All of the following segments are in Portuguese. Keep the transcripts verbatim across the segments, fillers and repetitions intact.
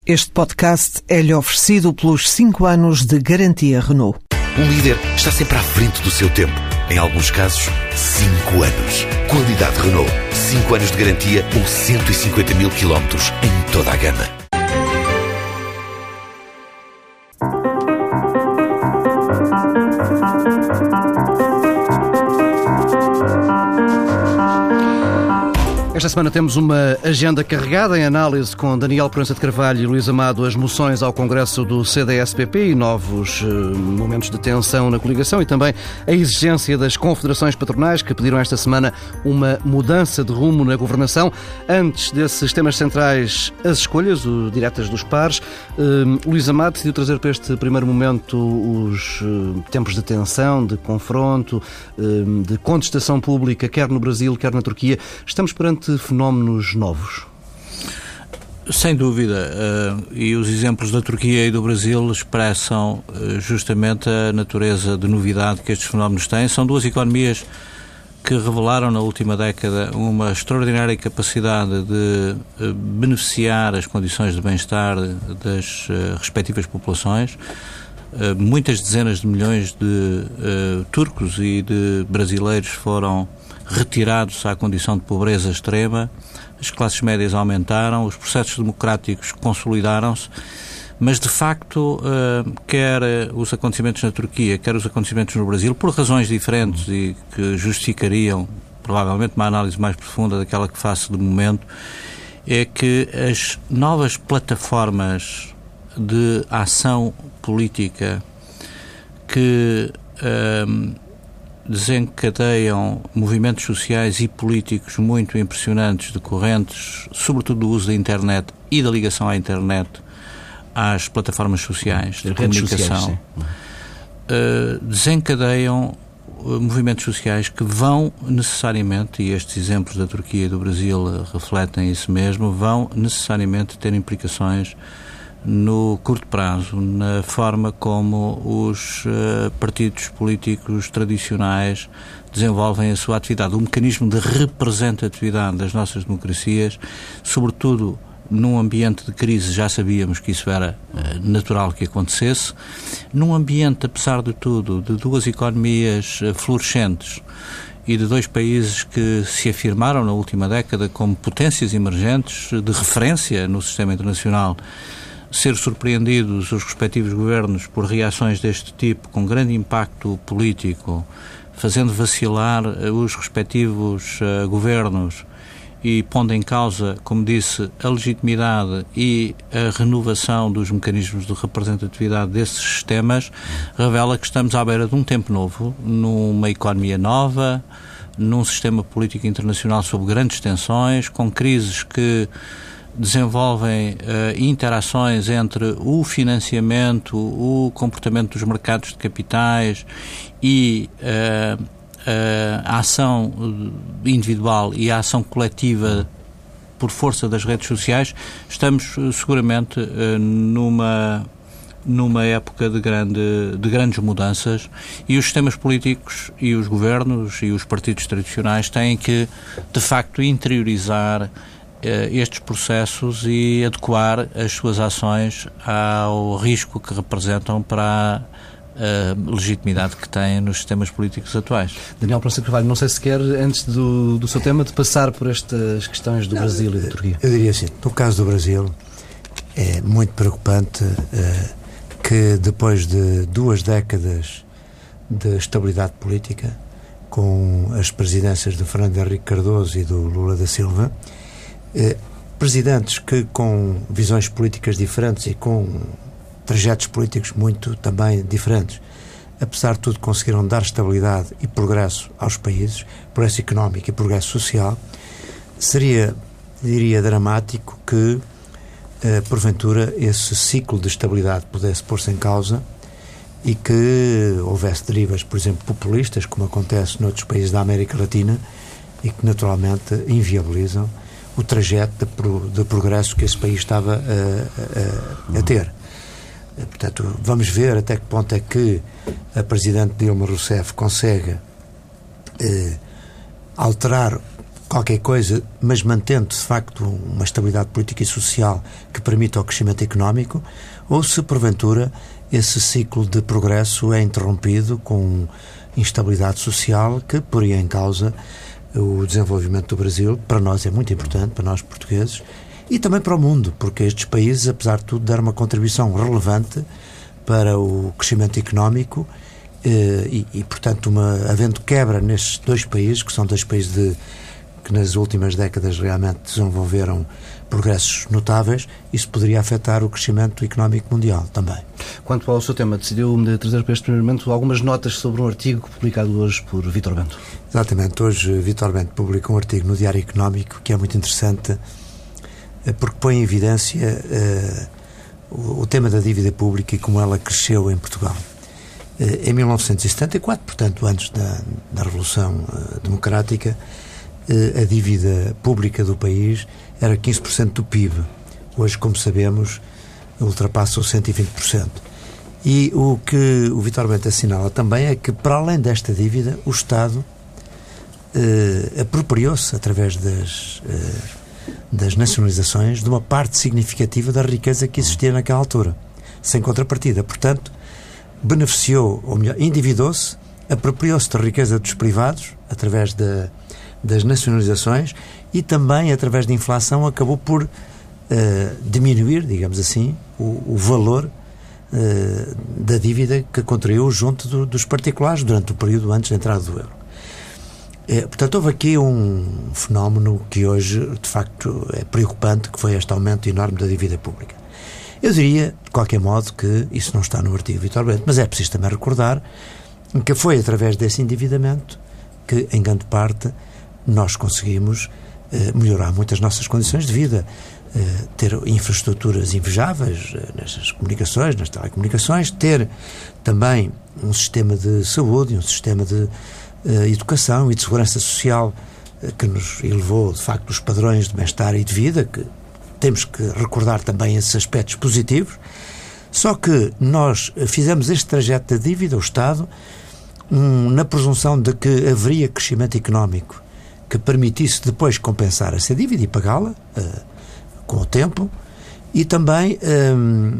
Este podcast é-lhe oferecido pelos cinco anos de garantia Renault. Um líder está sempre à frente do seu tempo. Em alguns casos, cinco anos. Qualidade Renault. cinco anos de garantia ou cento e cinquenta mil quilómetros em toda a gama. Esta semana temos uma agenda carregada em análise com Daniel Proença de Carvalho e Luís Amado, as moções ao Congresso do C D S P P e novos uh, momentos de tensão na coligação e também a exigência das confederações patronais que pediram esta semana uma mudança de rumo na governação. Antes desses temas centrais, as escolhas, o diretas dos pares. Uh, Luís Amado decidiu trazer para este primeiro momento os uh, tempos de tensão, de confronto, uh, de contestação pública, quer no Brasil, quer na Turquia. Estamos perante fenómenos novos? Sem dúvida, uh, e os exemplos da Turquia e do Brasil expressam uh, justamente a natureza de novidade que estes fenómenos têm. São duas economias que revelaram na última década uma extraordinária capacidade de uh, beneficiar as condições de bem-estar das uh, respectivas populações. Uh, muitas dezenas de milhões de uh, turcos e de brasileiros foram retirados à condição de pobreza extrema, as classes médias aumentaram, os processos democráticos consolidaram-se, mas de facto, quer os acontecimentos na Turquia, quer os acontecimentos no Brasil, por razões diferentes e que justificariam provavelmente uma análise mais profunda daquela que faço de momento, é que as novas plataformas de ação política que um, desencadeiam movimentos sociais e políticos muito impressionantes, decorrentes sobretudo do uso da internet e da ligação à internet às plataformas sociais de comunicação, sociais, uh, desencadeiam uh, movimentos sociais que vão necessariamente, e estes exemplos da Turquia e do Brasil uh, refletem isso mesmo, vão necessariamente ter implicações no curto prazo, na forma como os uh, partidos políticos tradicionais desenvolvem a sua atividade. O mecanismo de representatividade das nossas democracias, sobretudo num ambiente de crise, já sabíamos que isso era uh, natural que acontecesse, num ambiente, apesar de tudo, de duas economias uh, florescentes e de dois países que se afirmaram na última década como potências emergentes de referência no sistema internacional, ser surpreendidos os respectivos governos por reações deste tipo, com grande impacto político, fazendo vacilar os respectivos uh, governos e pondo em causa, como disse, a legitimidade e a renovação dos mecanismos de representatividade desses sistemas, revela que estamos à beira de um tempo novo, numa economia nova, num sistema político internacional sob grandes tensões, com crises que desenvolvem uh, interações entre o financiamento, o comportamento dos mercados de capitais e uh, uh, a ação individual e a ação coletiva por força das redes sociais. Estamos uh, seguramente uh, numa numa época de, grande, de grandes mudanças e os sistemas políticos e os governos e os partidos tradicionais têm que, de facto, interiorizar estes processos e adequar as suas ações ao risco que representam para a legitimidade que têm nos sistemas políticos atuais. Daniel Proença de Carvalho, não sei se quer, antes do, do seu tema, de passar por estas questões do não, Brasil e da Turquia. Eu diria assim, no caso do Brasil, é muito preocupante uh, que depois de duas décadas de estabilidade política, com as presidências de Fernando Henrique Cardoso e do Lula da Silva, Eh, presidentes que com visões políticas diferentes e com trajetos políticos muito também diferentes, apesar de tudo conseguiram dar estabilidade e progresso aos países, progresso económico e progresso social. Seria, diria, dramático que eh, porventura esse ciclo de estabilidade pudesse pôr-se em causa e que houvesse derivas, por exemplo, populistas, como acontece noutros países da América Latina e que naturalmente inviabilizam o trajeto de, pro, de progresso que esse país estava a, a, a ter. Portanto, vamos ver até que ponto é que a Presidente Dilma Rousseff consegue eh, alterar qualquer coisa, mas mantendo de facto uma estabilidade política e social que permita o crescimento económico, ou se porventura esse ciclo de progresso é interrompido com instabilidade social que poria em causa o desenvolvimento do Brasil. Para nós é muito importante, para nós portugueses, e também para o mundo, porque estes países, apesar de tudo, deram uma contribuição relevante para o crescimento económico e, e portanto, uma, havendo quebra nestes dois países, que são dois países de, que nas últimas décadas realmente desenvolveram progressos notáveis, isso poderia afetar o crescimento económico mundial também. Quanto ao seu tema, decidiu trazer para este primeiro momento algumas notas sobre um artigo publicado hoje por Vítor Bento. Exatamente. Hoje Vítor Bento publica um artigo no Diário Económico que é muito interessante, porque põe em evidência uh, o, o tema da dívida pública e como ela cresceu em Portugal. Uh, em mil novecentos e setenta e quatro, portanto, antes da, da Revolução uh, Democrática, uh, a dívida pública do país era quinze por cento do P I B. Hoje, como sabemos, ultrapassa os cento e vinte por cento. E o que o Vítor Bento assinala também é que, para além desta dívida, o Estado uh, apropriou-se, através das... Uh, das nacionalizações, de uma parte significativa da riqueza que existia naquela altura, sem contrapartida. Portanto, beneficiou, ou melhor, endividou-se, apropriou-se da riqueza dos privados, através de, das nacionalizações, e também, através da inflação, acabou por uh, diminuir, digamos assim, o, o valor uh, da dívida que contraiu junto do, dos particulares durante o período antes da entrada do euro. É, portanto, houve aqui um fenómeno que hoje, de facto, é preocupante, que foi este aumento enorme da dívida pública. Eu diria, de qualquer modo, que isso não está no artigo Vítor Bento, mas é preciso também recordar que foi através desse endividamento que, em grande parte, nós conseguimos eh, melhorar muito as nossas condições de vida, eh, ter infraestruturas invejáveis eh, nas comunicações, nas telecomunicações, ter também um sistema de saúde, um sistema de Uh, educação e de segurança social uh, que nos elevou, de facto, os padrões de bem-estar e de vida, que temos que recordar também esses aspectos positivos. Só que nós fizemos este trajeto da dívida, o Estado, um, na presunção de que haveria crescimento económico que permitisse depois compensar essa dívida e pagá-la uh, com o tempo, e também um,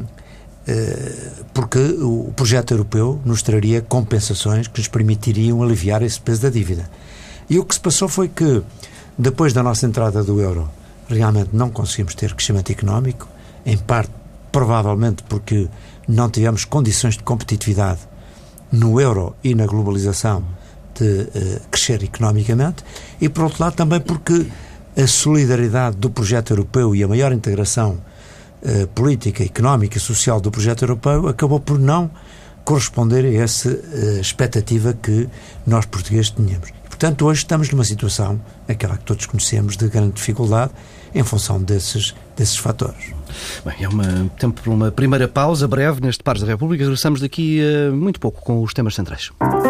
porque o projeto europeu nos traria compensações que nos permitiriam aliviar esse peso da dívida. E o que se passou foi que, depois da nossa entrada do euro, realmente não conseguimos ter crescimento económico, em parte, provavelmente, porque não tivemos condições de competitividade no euro e na globalização de uh, crescer economicamente, e, por outro lado, também porque a solidariedade do projeto europeu e a maior integração Uh, política, económica e social do projeto europeu acabou por não corresponder a essa uh, expectativa que nós portugueses tínhamos. E, portanto, hoje estamos numa situação, aquela que todos conhecemos, de grande dificuldade em função desses, desses fatores. Bem, é uma, tempo para uma primeira pausa breve neste Pares da República. Regressamos daqui a uh, muito pouco com os temas centrais.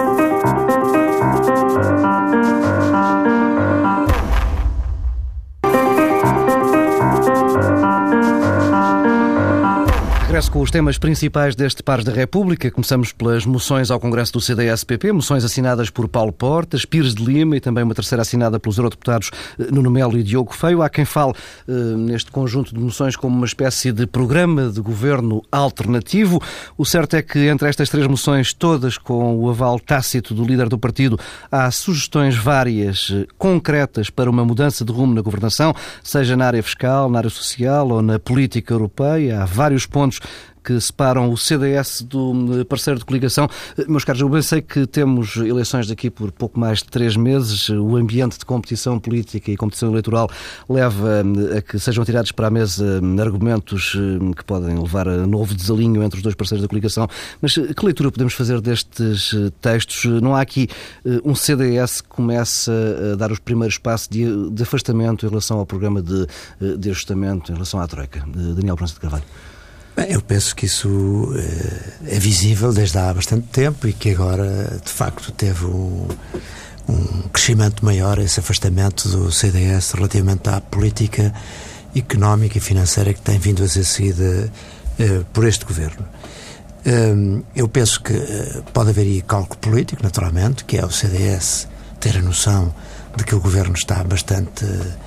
Regresso com os temas principais deste Pares da República. Começamos pelas moções ao Congresso do C D S P P, moções assinadas por Paulo Portas, Pires de Lima e também uma terceira assinada pelos eurodeputados Nuno Melo e Diogo Feio. Há quem fale eh, neste conjunto de moções como uma espécie de programa de governo alternativo. O certo é que entre estas três moções, todas com o aval tácito do líder do partido, há sugestões várias, eh, concretas para uma mudança de rumo na governação, seja na área fiscal, na área social ou na política europeia. Há vários pontos que separam o C D S do parceiro de coligação. Meus caros, eu bem sei que temos eleições daqui por pouco mais de três meses. O ambiente de competição política e competição eleitoral leva a que sejam tirados para a mesa argumentos que podem levar a novo desalinho entre os dois parceiros da coligação. Mas que leitura podemos fazer destes textos? Não há aqui um C D S que começa a dar os primeiros passos de, de afastamento em relação ao programa de, de ajustamento, em relação à Troika? Daniel Proença de Carvalho. Bem, eu penso que isso é, é visível desde há bastante tempo e que agora, de facto, teve um, um crescimento maior, esse afastamento do C D S relativamente à política económica e financeira que tem vindo a ser seguida uh, por este governo. Um, eu penso que uh, pode haver aí cálculo político, naturalmente, que é o C D S ter a noção de que o Governo está bastante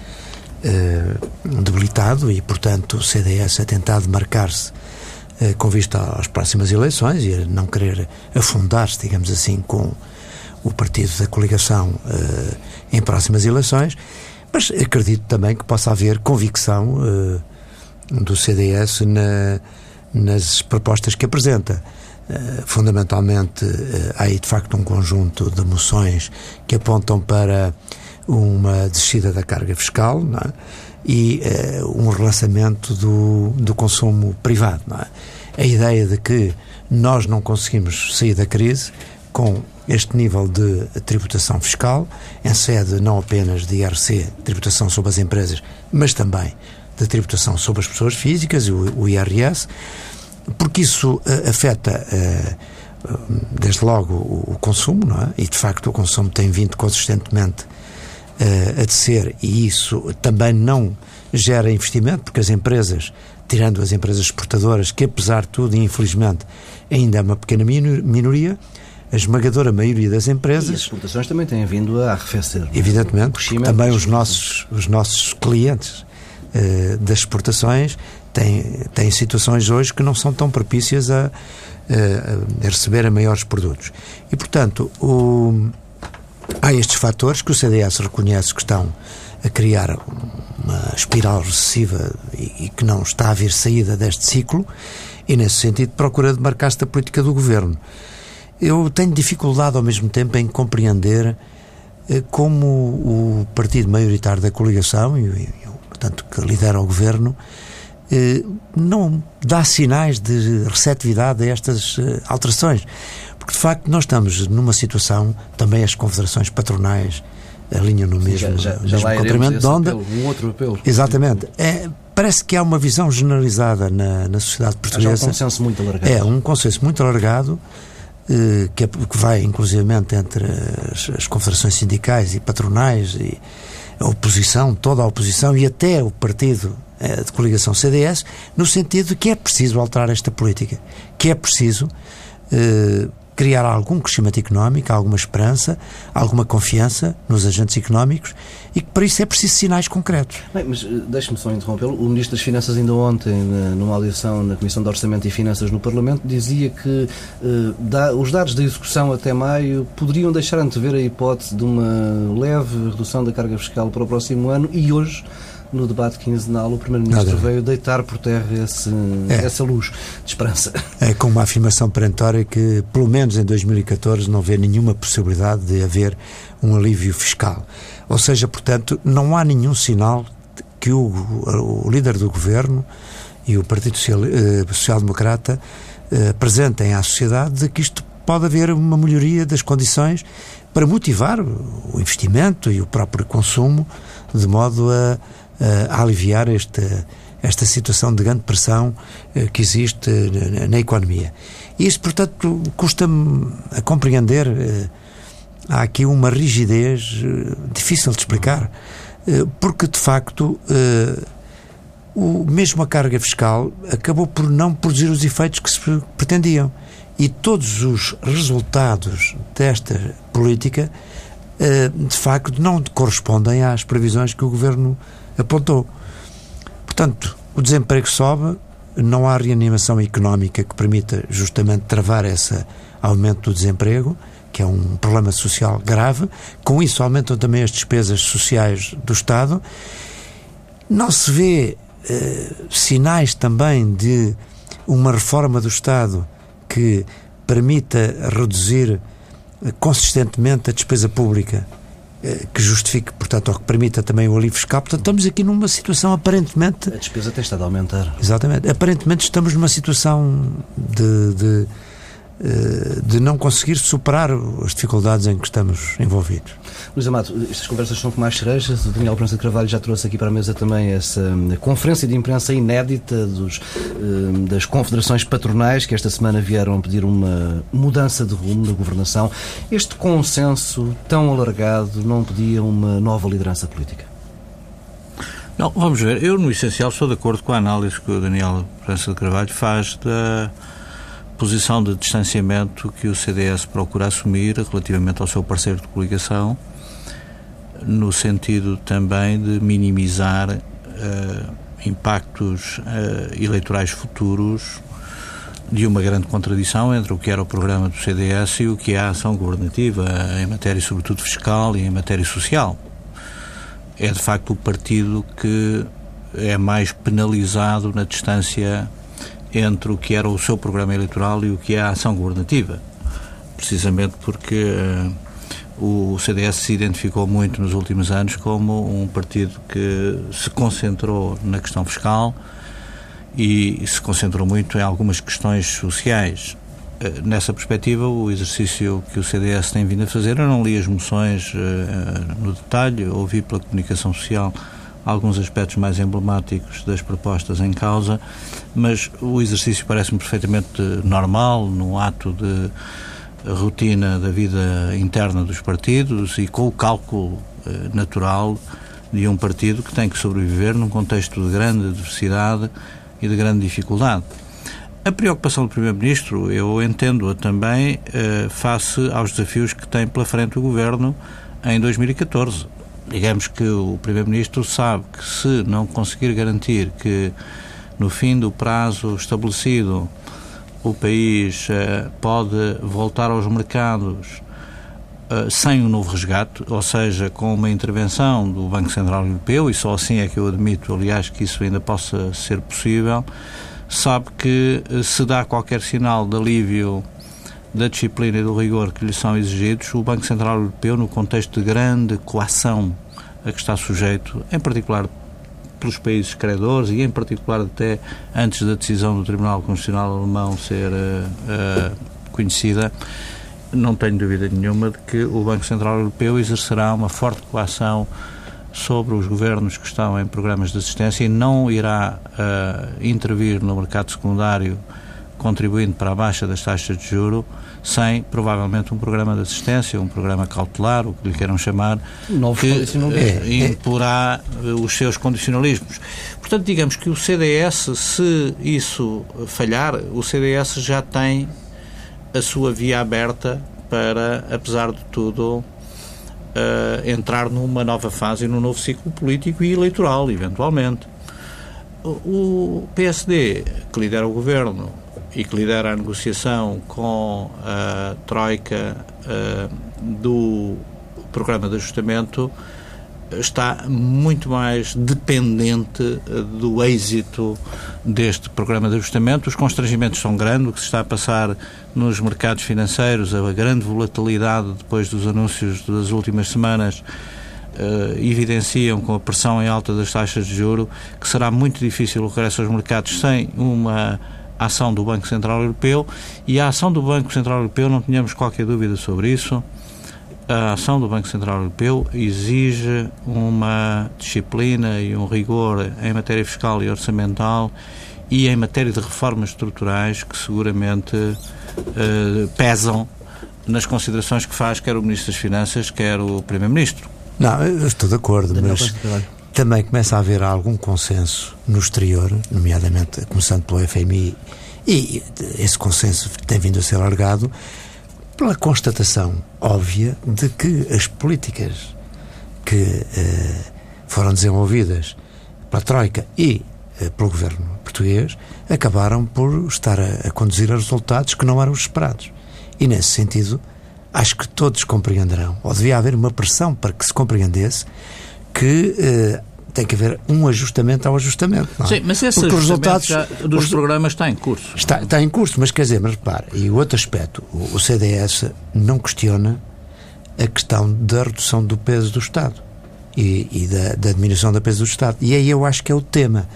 uh, debilitado e, portanto, o C D S a tentar demarcar-se uh, com vista às próximas eleições e a não querer afundar-se, digamos assim, com o partido da coligação uh, em próximas eleições, mas acredito também que possa haver convicção uh, do C D S na, nas propostas que apresenta. Uh, fundamentalmente, uh, há aí de facto um conjunto de moções que apontam para uma descida da carga fiscal, não é? E uh, um relançamento do, do consumo privado. Não é? A ideia de que nós não conseguimos sair da crise com este nível de tributação fiscal, em sede não apenas de I R C, tributação sobre as empresas, mas também de tributação sobre as pessoas físicas, o, o I R S, porque isso uh, afeta, uh, desde logo, o, o consumo, não é? E, de facto, o consumo tem vindo consistentemente uh, a descer e isso também não gera investimento, porque as empresas, tirando as empresas exportadoras, que, apesar de tudo, e infelizmente, ainda é uma pequena minoria, a esmagadora maioria das empresas... E as exportações também têm vindo a arrefecer. Evidentemente, porque também os nossos, os nossos clientes uh, das exportações têm, têm situações hoje que não são tão propícias a, a, a receber a maiores produtos. E, portanto, o, há estes fatores que o C D S reconhece que estão a criar uma espiral recessiva e, e que não está a haver saída deste ciclo e, nesse sentido, procura demarcar-se da política do Governo. Eu tenho dificuldade, ao mesmo tempo, em compreender eh, como o partido maioritário da coligação, e, e, portanto, que lidera o Governo, eh, não dá sinais de receptividade a estas eh, alterações. Porque, de facto, nós estamos numa situação, também as confederações patronais alinham no mesmo, já, já, mesmo já comprimento de onda. Apelo, um outro apelo. Exatamente. É, parece que há uma visão generalizada na, na sociedade portuguesa. Há um consenso muito alargado. É, um consenso muito alargado, Que, é, que vai inclusivamente entre as, as confederações sindicais e patronais e a oposição, toda a oposição e até o partido eh, de coligação C D S, no sentido de que é preciso alterar esta política, que é preciso eh, criar algum crescimento económico, alguma esperança, alguma confiança nos agentes económicos e que para isso é preciso sinais concretos. Bem, mas deixe-me só interrompê-lo. O Ministro das Finanças ainda ontem, numa audição na Comissão de Orçamento e Finanças no Parlamento, dizia que eh, da, os dados da execução até maio poderiam deixar antever a hipótese de uma leve redução da carga fiscal para o próximo ano e hoje, no debate quinzenal, o Primeiro-Ministro veio deitar por terra esse, é. essa luz de esperança. É com uma afirmação perentória que, pelo menos em dois mil e catorze, não vê nenhuma possibilidade de haver um alívio fiscal. Ou seja, portanto, não há nenhum sinal que o, o líder do Governo e o Partido Social, eh, Social-Democrata eh, apresentem à sociedade de que isto pode haver uma melhoria das condições para motivar o investimento e o próprio consumo, de modo a a aliviar esta, esta situação de grande pressão uh, que existe na, na economia. E isso, portanto, custa-me a compreender. Uh, há aqui uma rigidez uh, difícil de explicar, uh, porque, de facto, uh, o, mesmo a carga fiscal acabou por não produzir os efeitos que se pretendiam. E todos os resultados desta política, uh, de facto, não correspondem às previsões que o Governo apontou. Portanto, o desemprego sobe, não há reanimação económica que permita justamente travar esse aumento do desemprego, que é um problema social grave. Com isso aumentam também as despesas sociais do Estado. Não se vê eh, sinais também de uma reforma do Estado que permita reduzir eh, consistentemente a despesa pública, que justifique, portanto, ou que permita também o alívio fiscal. Portanto, estamos aqui numa situação aparentemente... A despesa tem estado a aumentar. Exatamente. Aparentemente estamos numa situação de, de, de não conseguir superar as dificuldades em que estamos envolvidos. Luís Amado, estas conversas são como mais cerejas. O Daniel Proença de Carvalho já trouxe aqui para a mesa também essa conferência de imprensa inédita dos, das confederações patronais que esta semana vieram a pedir uma mudança de rumo da governação. Este consenso tão alargado não pedia uma nova liderança política? Não, vamos ver. Eu, no essencial, estou de acordo com a análise que o Daniel Proença de Carvalho faz da posição de distanciamento que o C D S procura assumir relativamente ao seu parceiro de coligação no sentido também de minimizar uh, impactos uh, eleitorais futuros de uma grande contradição entre o que era o programa do C D S e o que é a ação governativa em matéria, sobretudo, fiscal e em matéria social. É, de facto, o partido que é mais penalizado na distância entre o que era o seu programa eleitoral e o que é a ação governativa. Precisamente porque uh, o C D S se identificou muito nos últimos anos como um partido que se concentrou na questão fiscal e se concentrou muito em algumas questões sociais. Uh, nessa perspectiva, o exercício que o C D S tem vindo a fazer, eu não li as moções uh, no detalhe, ouvi pela comunicação social alguns aspectos mais emblemáticos das propostas em causa, mas o exercício parece-me perfeitamente normal, num ato de rotina da vida interna dos partidos e com o cálculo eh, natural de um partido que tem que sobreviver num contexto de grande diversidade e de grande dificuldade. A preocupação do Primeiro-Ministro, eu entendo-a também eh, face aos desafios que tem pela frente o Governo em dois mil e catorze. Digamos que o Primeiro-Ministro sabe que se não conseguir garantir que no fim do prazo estabelecido o país uh, pode voltar aos mercados uh, sem um novo resgate, ou seja, com uma intervenção do Banco Central Europeu, e só assim é que eu admito, aliás, que isso ainda possa ser possível, sabe que uh, se dá qualquer sinal de alívio da disciplina e do rigor que lhe são exigidos, o Banco Central Europeu, no contexto de grande coação a que está sujeito, em particular pelos países credores e em particular até antes da decisão do Tribunal Constitucional Alemão ser uh, uh, conhecida, não tenho dúvida nenhuma de que o Banco Central Europeu exercerá uma forte coação sobre os governos que estão em programas de assistência e não irá uh, intervir no mercado secundário contribuindo para a baixa das taxas de juro sem, provavelmente, um programa de assistência, um programa cautelar, o que lhe queiram chamar, Novos que condicionalismos. eh, imporá os seus condicionalismos. Portanto, digamos que o C D S, se isso falhar, o C D S já tem a sua via aberta para, apesar de tudo, uh, entrar numa nova fase, num novo ciclo político e eleitoral, eventualmente. O P S D, que lidera o governo e que lidera a negociação com a troika uh, do programa de ajustamento, está muito mais dependente do êxito deste programa de ajustamento. Os constrangimentos são grandes, o que se está a passar nos mercados financeiros, a grande volatilidade depois dos anúncios das últimas semanas uh, evidenciam, com a pressão em alta das taxas de juro, que será muito difícil o regresso aos mercados sem uma ação do Banco Central Europeu, e a ação do Banco Central Europeu, não tenhamos qualquer dúvida sobre isso, a ação do Banco Central Europeu exige uma disciplina e um rigor em matéria fiscal e orçamental e em matéria de reformas estruturais que seguramente uh, pesam nas considerações que faz quer o Ministro das Finanças, quer o Primeiro-Ministro. Não, eu estou de acordo, Daniel, mas também começa a haver algum consenso no exterior, nomeadamente começando pelo F M I, e esse consenso tem vindo a ser alargado pela constatação óbvia de que as políticas que eh, foram desenvolvidas pela Troika e eh, pelo governo português acabaram por estar a, a conduzir a resultados que não eram os esperados. E nesse sentido, acho que todos compreenderão, ou devia haver uma pressão para que se compreendesse que eh, tem que haver um ajustamento ao ajustamento. Não é? Sim, mas esse Porque ajustamento os resultados já, dos os, programas está em curso. Está, está em curso, mas quer dizer, mas repare, e o outro aspecto, o, o C D S não questiona a questão da redução do peso do Estado e, e da, da diminuição do peso do Estado. E aí eu acho que é o tema.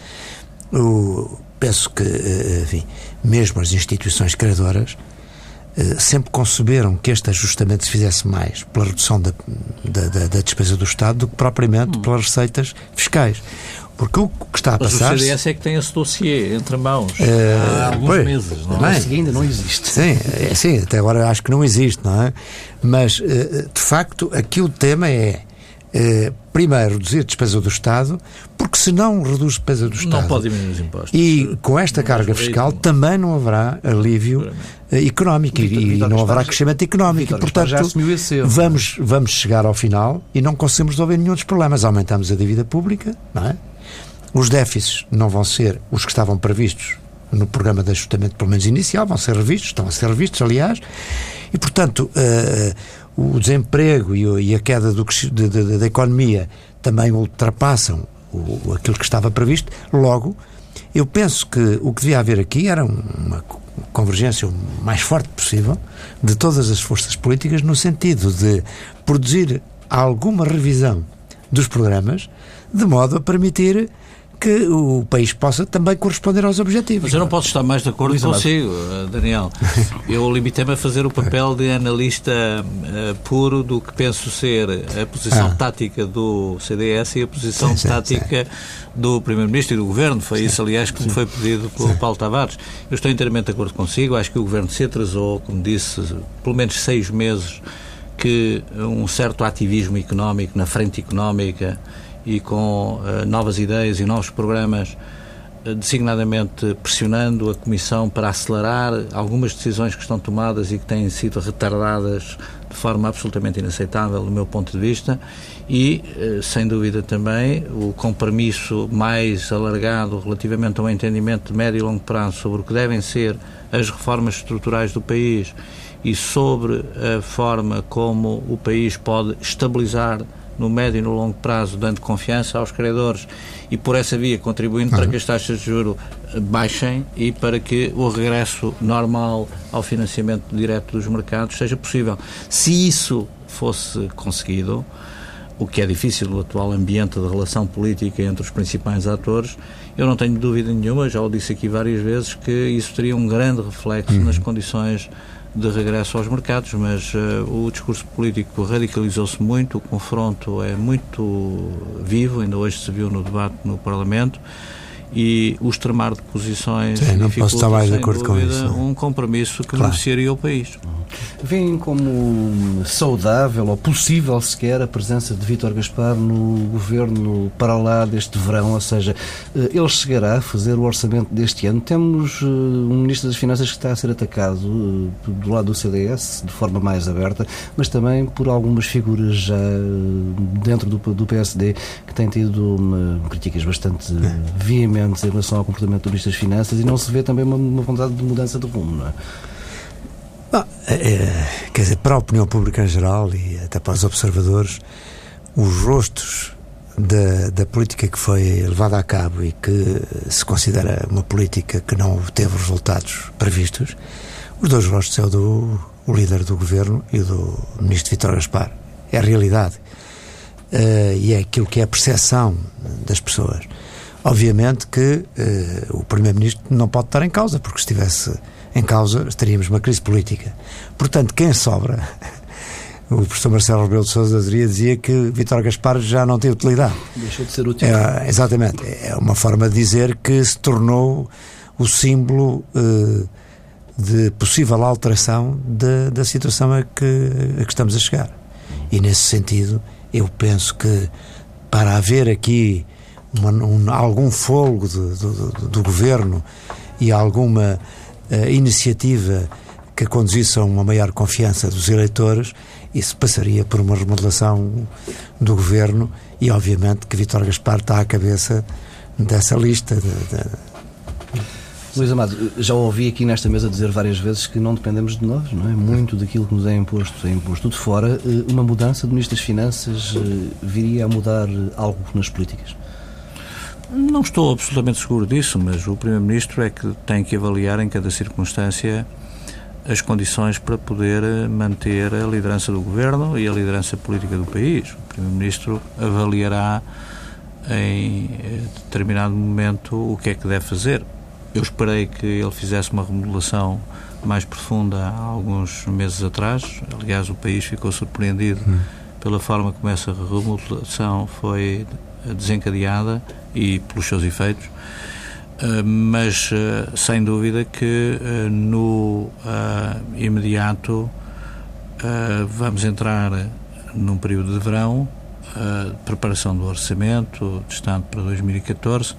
O, penso que, enfim, mesmo as instituições credoras sempre conceberam que este ajustamento se fizesse mais pela redução da, da, da, da despesa do Estado do que propriamente hum. pelas receitas fiscais. Porque o que está a passar... Mas o C D S é que tem esse dossiê entre mãos uh, há alguns pois, meses, não é? Ainda não existe. Sim, é, sim, até agora acho que não existe, não é? Mas, uh, de facto, aqui o tema é, uh, primeiro, reduzir a despesa do Estado, porque se não reduz a despesa do Estado... Não pode diminuir os impostos. E com esta carga fiscal também não haverá alívio uh, económico Vitor, e Vitor, não haverá crescimento económico. Vitor, e, portanto, vamos, vamos chegar ao final e não conseguimos resolver nenhum dos problemas. Aumentamos a dívida pública, não é? Os déficits não vão ser os que estavam previstos no programa de ajustamento, pelo menos inicial, vão ser revistos, estão a ser revistos, aliás, e, portanto, uh, o desemprego e, o, e a queda do, de, de, da economia também ultrapassam o, aquilo que estava previsto. Logo, eu penso que o que devia haver aqui era uma convergência o mais forte possível de todas as forças políticas no sentido de produzir alguma revisão dos programas, de modo a permitir que o país possa também corresponder aos objetivos. Mas eu não posso estar mais de acordo consigo, Daniel. Eu limitei-me a fazer o papel de analista uh, puro do que penso ser a posição ah. tática do C D S e a posição sim, sim, tática sim. do Primeiro-Ministro e do Governo. Foi isso, aliás, que me foi pedido pelo sim. Paulo Tavares. Eu estou inteiramente de acordo consigo. Acho que o Governo se atrasou, como disse, pelo menos seis meses, que um certo ativismo económico na frente económica e com uh, novas ideias e novos programas, uh, designadamente pressionando a Comissão para acelerar algumas decisões que estão tomadas e que têm sido retardadas de forma absolutamente inaceitável do meu ponto de vista, e, uh, sem dúvida também, o compromisso mais alargado relativamente a um entendimento de médio e longo prazo sobre o que devem ser as reformas estruturais do país e sobre a forma como o país pode estabilizar no médio e no longo prazo, dando confiança aos credores e por essa via contribuindo uhum. para que as taxas de juros baixem e para que o regresso normal ao financiamento direto dos mercados seja possível. Se isso fosse conseguido, o que é difícil no atual ambiente de relação política entre os principais atores, eu não tenho dúvida nenhuma, já o disse aqui várias vezes, que isso teria um grande reflexo uhum. nas condições de regresso aos mercados, mas uh, o discurso político radicalizou-se muito, o confronto é muito vivo, ainda hoje se viu no debate no Parlamento, e o extremar de posições Sim, não posso estar mais de acordo com isso, um compromisso que claro. beneficiaria o país. Vêem como saudável ou possível sequer a presença de Vítor Gaspar no governo para lá deste verão, ou seja, ele chegará a fazer o orçamento deste ano. Temos uh, um Ministro das Finanças que está a ser atacado uh, do lado do C D S de forma mais aberta, mas também por algumas figuras já uh, dentro do, do P S D que têm tido uma, críticas bastante uh, veementes em relação ao comportamento do Ministro das Finanças, e não se vê também uma, uma vontade de mudança de rumo, não é? Bom, é, quer dizer, para a opinião pública em geral e até para os observadores, os rostos da, da política que foi levada a cabo e que se considera uma política que não teve resultados previstos, os dois rostos é o do o líder do governo e o do Ministro Vítor Gaspar. É a realidade. Uh, e é aquilo que é a percepção das pessoas. Obviamente que uh, o Primeiro-Ministro não pode estar em causa, porque se estivesse em causa teríamos uma crise política. Portanto, quem sobra, o professor Marcelo Rebelo de Sousa dizia que Vítor Gaspar já não tem utilidade. Deixou de ser útil. É, exatamente. É uma forma de dizer que se tornou o símbolo uh, de possível alteração de, da situação a que, a que estamos a chegar. E nesse sentido, eu penso que para haver aqui Uma, um, algum fôlego do, do, do governo e alguma uh, iniciativa que conduzisse a uma maior confiança dos eleitores, isso passaria por uma remodelação do governo e obviamente que Vítor Gaspar está à cabeça dessa lista. De, de... Luís Amado, já ouvi aqui nesta mesa dizer várias vezes que não dependemos de nós, não é? Muito daquilo que nos é imposto é imposto de fora. Uma mudança do Ministro das Finanças viria a mudar algo nas políticas? Não estou absolutamente seguro disso, mas o Primeiro-Ministro é que tem que avaliar em cada circunstância as condições para poder manter a liderança do Governo e a liderança política do país. O Primeiro-Ministro avaliará em determinado momento o que é que deve fazer. Eu esperei que ele fizesse uma remodelação mais profunda há alguns meses atrás. Aliás, o país ficou surpreendido hum. pela forma como essa remodelação foi desencadeada e pelos seus efeitos, uh, mas uh, sem dúvida que uh, no uh, imediato uh, vamos entrar num período de verão uh, preparação do Orçamento de Estado para dois mil e catorze,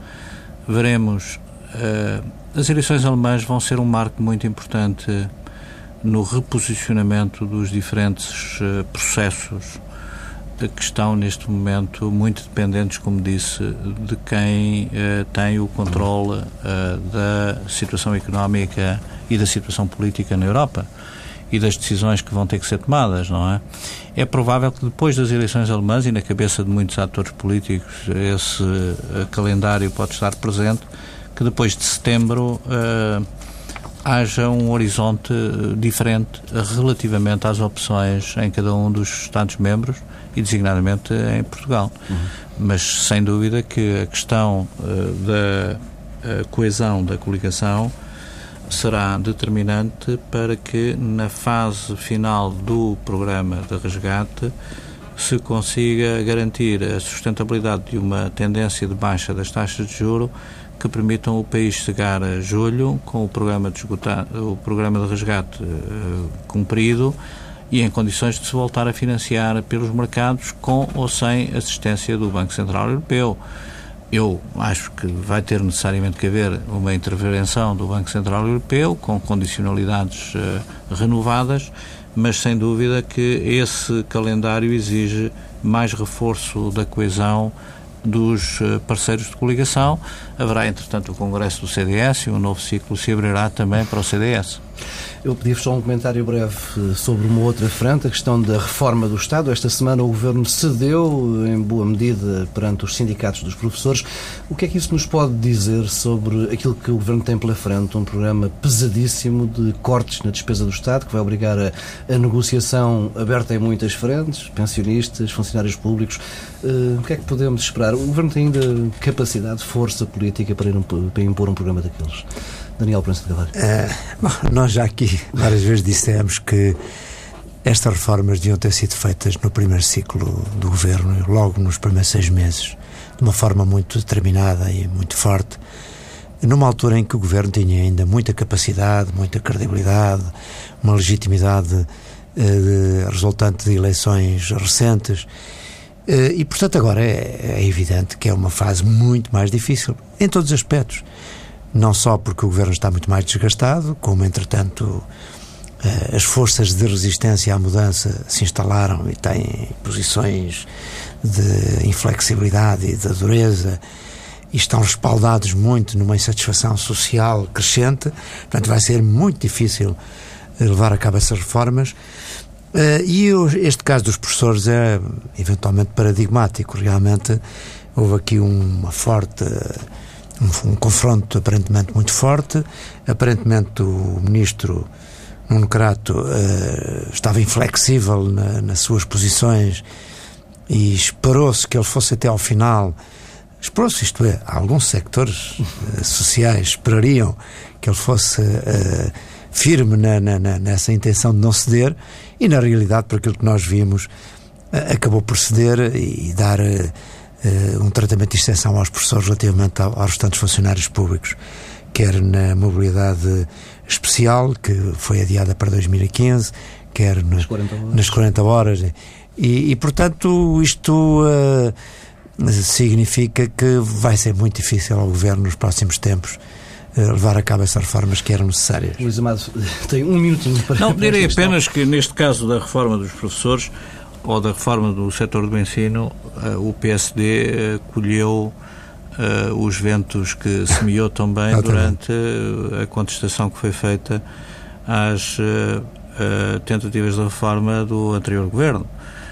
veremos uh, as eleições alemãs vão ser um marco muito importante no reposicionamento dos diferentes uh, processos uh, que estão neste momento muito dependentes, como disse, de quem uh, tem o controle uh, da situação económica e da situação política na Europa e das decisões que vão ter que ser tomadas, não é? É provável que depois das eleições alemãs, e na cabeça de muitos atores políticos esse uh, calendário pode estar presente, que depois de setembro uh, haja um horizonte diferente relativamente às opções em cada um dos Estados-membros e designadamente em Portugal. Uhum. Mas sem dúvida que a questão uh, da uh, coesão da coligação será determinante para que na fase final do programa de resgate se consiga garantir a sustentabilidade de uma tendência de baixa das taxas de juros que permitam o país chegar a julho com o programa de, esgotar, o programa de resgate uh, cumprido e em condições de se voltar a financiar pelos mercados com ou sem assistência do Banco Central Europeu. Eu acho que vai ter necessariamente que haver uma intervenção do Banco Central Europeu com condicionalidades uh, renovadas, mas sem dúvida que esse calendário exige mais reforço da coesão dos parceiros de coligação. Haverá, entretanto, o Congresso do C D S e um novo ciclo se abrirá também para o C D S. Eu pedi-vos só um comentário breve sobre uma outra frente, a questão da reforma do Estado. Esta semana o Governo cedeu, em boa medida, perante os sindicatos dos professores. O que é que isso nos pode dizer sobre aquilo que o Governo tem pela frente? Um programa pesadíssimo de cortes na despesa do Estado, que vai obrigar a, a negociação aberta em muitas frentes, pensionistas, funcionários públicos. Uh, o que é que podemos esperar? O Governo tem ainda capacidade, força política para, ir um, para impor um programa daqueles? Daniel Proença de Carvalho. Uh, bom, nós já aqui várias vezes dissemos que estas reformas deviam ter sido feitas no primeiro ciclo do Governo, logo nos primeiros seis meses, de uma forma muito determinada e muito forte, numa altura em que o Governo tinha ainda muita capacidade, muita credibilidade, uma legitimidade uh, resultante de eleições recentes, uh, e portanto agora é, é evidente que é uma fase muito mais difícil, em todos os aspectos. Não só porque o Governo está muito mais desgastado, como, entretanto, as forças de resistência à mudança se instalaram e têm posições de inflexibilidade e de dureza e estão respaldados muito numa insatisfação social crescente. Portanto, vai ser muito difícil levar a cabo essas reformas. E este caso dos professores é, eventualmente, paradigmático. Realmente, houve aqui uma forte... Um, um confronto aparentemente muito forte. Aparentemente o ministro Nuno Crato uh, estava inflexível na, nas suas posições e esperou-se que ele fosse até ao final. Esperou-se, isto é, alguns sectores uh, sociais esperariam que ele fosse uh, firme na, na, na, nessa intenção de não ceder, e na realidade, por aquilo que nós vimos, uh, acabou por ceder e, e dar... Uh, Uh, um tratamento de exceção aos professores relativamente ao, aos restantes funcionários públicos, quer na mobilidade especial, que foi adiada para dois mil e quinze, quer no, nas, quarenta nas quarenta horas. E, e portanto, isto uh, significa que vai ser muito difícil ao Governo, nos próximos tempos, uh, levar a cabo essas reformas que eram necessárias. Luís Amado, tem um minutinho para... Não, direi apenas que, neste caso da reforma dos professores, ou da reforma do setor do ensino, uh, o P S D uh, colheu uh, os ventos que semeou também durante uh, a contestação que foi feita às uh, uh, tentativas de reforma do anterior governo.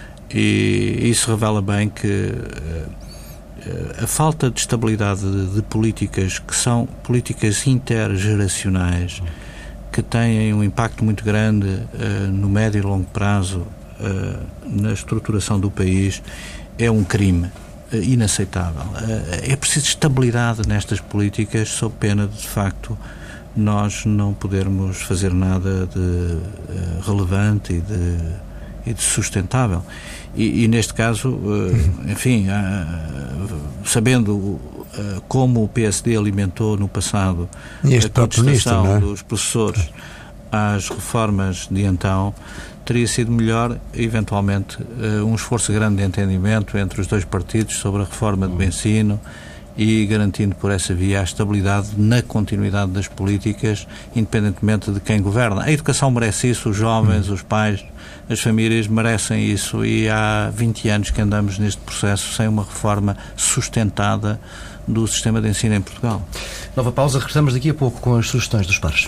E isso revela bem que uh, uh, a falta de estabilidade de, de políticas que são políticas intergeracionais, que têm um impacto muito grande uh, no médio e longo prazo Uh, na estruturação do país, é um crime uh, inaceitável. Uh, é preciso estabilidade nestas políticas, sob pena de, de facto, nós não podermos fazer nada de uh, relevante e de, e de sustentável. E, e neste caso, uh, enfim, uh, sabendo uh, como o P S D alimentou no passado a contestação, não é, dos professores às reformas de então, teria sido melhor, eventualmente, um esforço grande de entendimento entre os dois partidos sobre a reforma do ensino e garantindo por essa via a estabilidade na continuidade das políticas, independentemente de quem governa. A educação merece isso, os jovens, os pais, as famílias merecem isso, e há vinte anos que andamos neste processo sem uma reforma sustentada do sistema de ensino em Portugal. Nova pausa, regressamos daqui a pouco com as sugestões dos pares.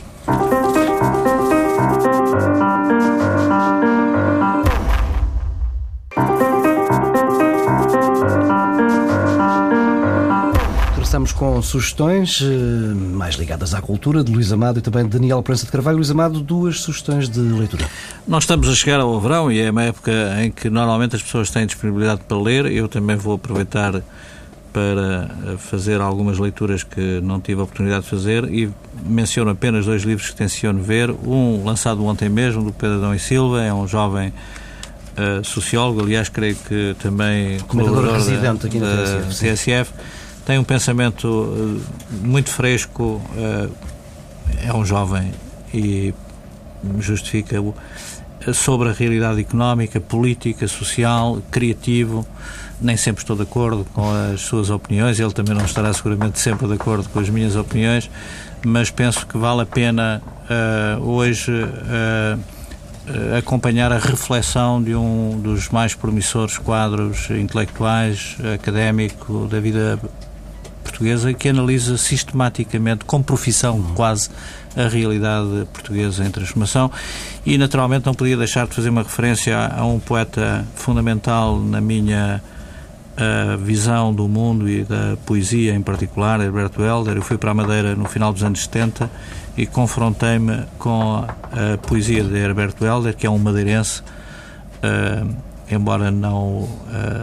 Começamos com sugestões mais ligadas à cultura, de Luís Amado e também de Daniel Proença de Carvalho. Luís Amado, duas sugestões de leitura. Nós estamos a chegar ao verão e é uma época em que normalmente as pessoas têm disponibilidade para ler. Eu também vou aproveitar para fazer algumas leituras que não tive a oportunidade de fazer e menciono apenas dois livros que tenciono ver. Um lançado ontem mesmo, do Pedro Adão e Silva, é um jovem uh, sociólogo, aliás, creio que também colaborador residente aqui na da T S F. Tem um pensamento uh, muito fresco, uh, é um jovem e justifica-o, sobre a realidade económica, política, social, criativo. Nem sempre estou de acordo com as suas opiniões, ele também não estará seguramente sempre de acordo com as minhas opiniões, mas penso que vale a pena uh, hoje uh, uh, acompanhar a reflexão de um dos mais promissores quadros intelectuais, académico da vida portuguesa, que analisa sistematicamente, com profissão quase, a realidade portuguesa em transformação. E naturalmente não podia deixar de fazer uma referência a, a um poeta fundamental na minha uh, visão do mundo e da poesia em particular, Herberto Helder. Eu fui para a Madeira no final dos anos setenta e confrontei-me com a poesia de Herberto Helder, que é um madeirense, uh, embora não uh,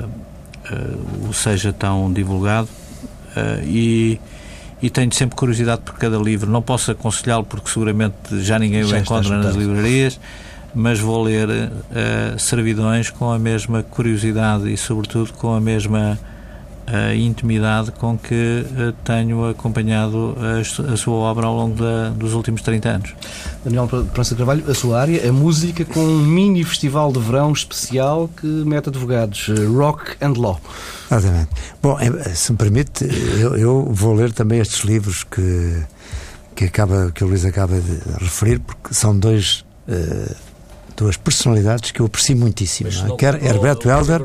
uh, o seja tão divulgado. Uh, e, e tenho sempre curiosidade por cada livro. Não posso aconselhá-lo porque seguramente já ninguém já o encontra nas livrarias, mas vou ler uh, Servidões com a mesma curiosidade e sobretudo com a mesma uh, intimidade com que uh, tenho acompanhado a, a sua obra ao longo da, dos últimos trinta anos. Daniel Proença de Carvalho, a sua área, a música, com um mini festival de verão especial que mete advogados, Rock and Law. Exatamente. Bom, se me permite, eu, eu vou ler também estes livros que, que, acaba, que o Luís acaba de referir, porque são dois, uh, duas personalidades que eu aprecio muitíssimo. Não é? Quer Herberto Helder,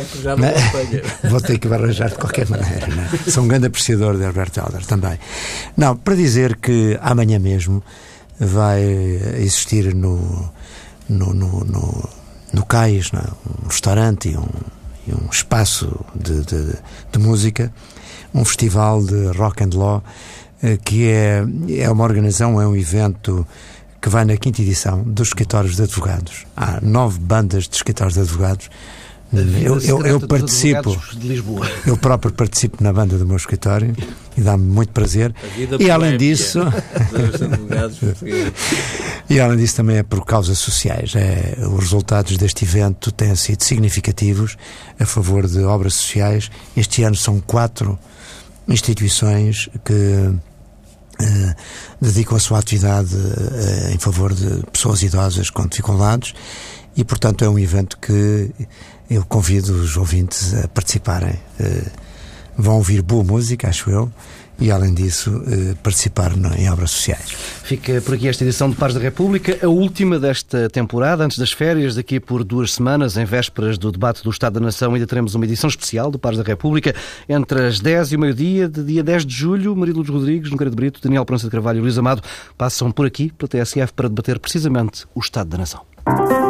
vou ter que arranjar de qualquer maneira. Não é? Sou um grande apreciador de Herberto Helder também. Não, para dizer que amanhã mesmo vai existir no, no, no, no, no Cais, não é? Um restaurante e um um espaço de, de, de música, um festival de rock and law, que é, é uma organização, é um evento que vai na quinta edição dos escritórios de advogados. Há nove bandas de escritórios de advogados. Eu, eu, eu participo, de Lisboa. Eu próprio participo na banda do meu escritório e dá-me muito prazer. E além disso, e além disso também é por causas sociais. É, os resultados deste evento têm sido significativos a favor de obras sociais. Este ano são quatro instituições que uh, dedicam a sua atividade uh, em favor de pessoas idosas com dificuldades e, portanto, é um evento que eu convido os ouvintes a participarem. Uh, vão ouvir boa música, acho eu, e, além disso, uh, participar no, em obras sociais. Fica por aqui esta edição de Pares da República, a última desta temporada, antes das férias, daqui por duas semanas, em vésperas do debate do Estado da Nação, ainda teremos uma edição especial do Pares da República, entre as dez e o meio-dia, de dia dez de julho. Maria Lourdes Rodrigues, Nogueira de Brito, Daniel Proença de Carvalho e Luís Amado passam por aqui, pela T S F, para debater precisamente o Estado da Nação.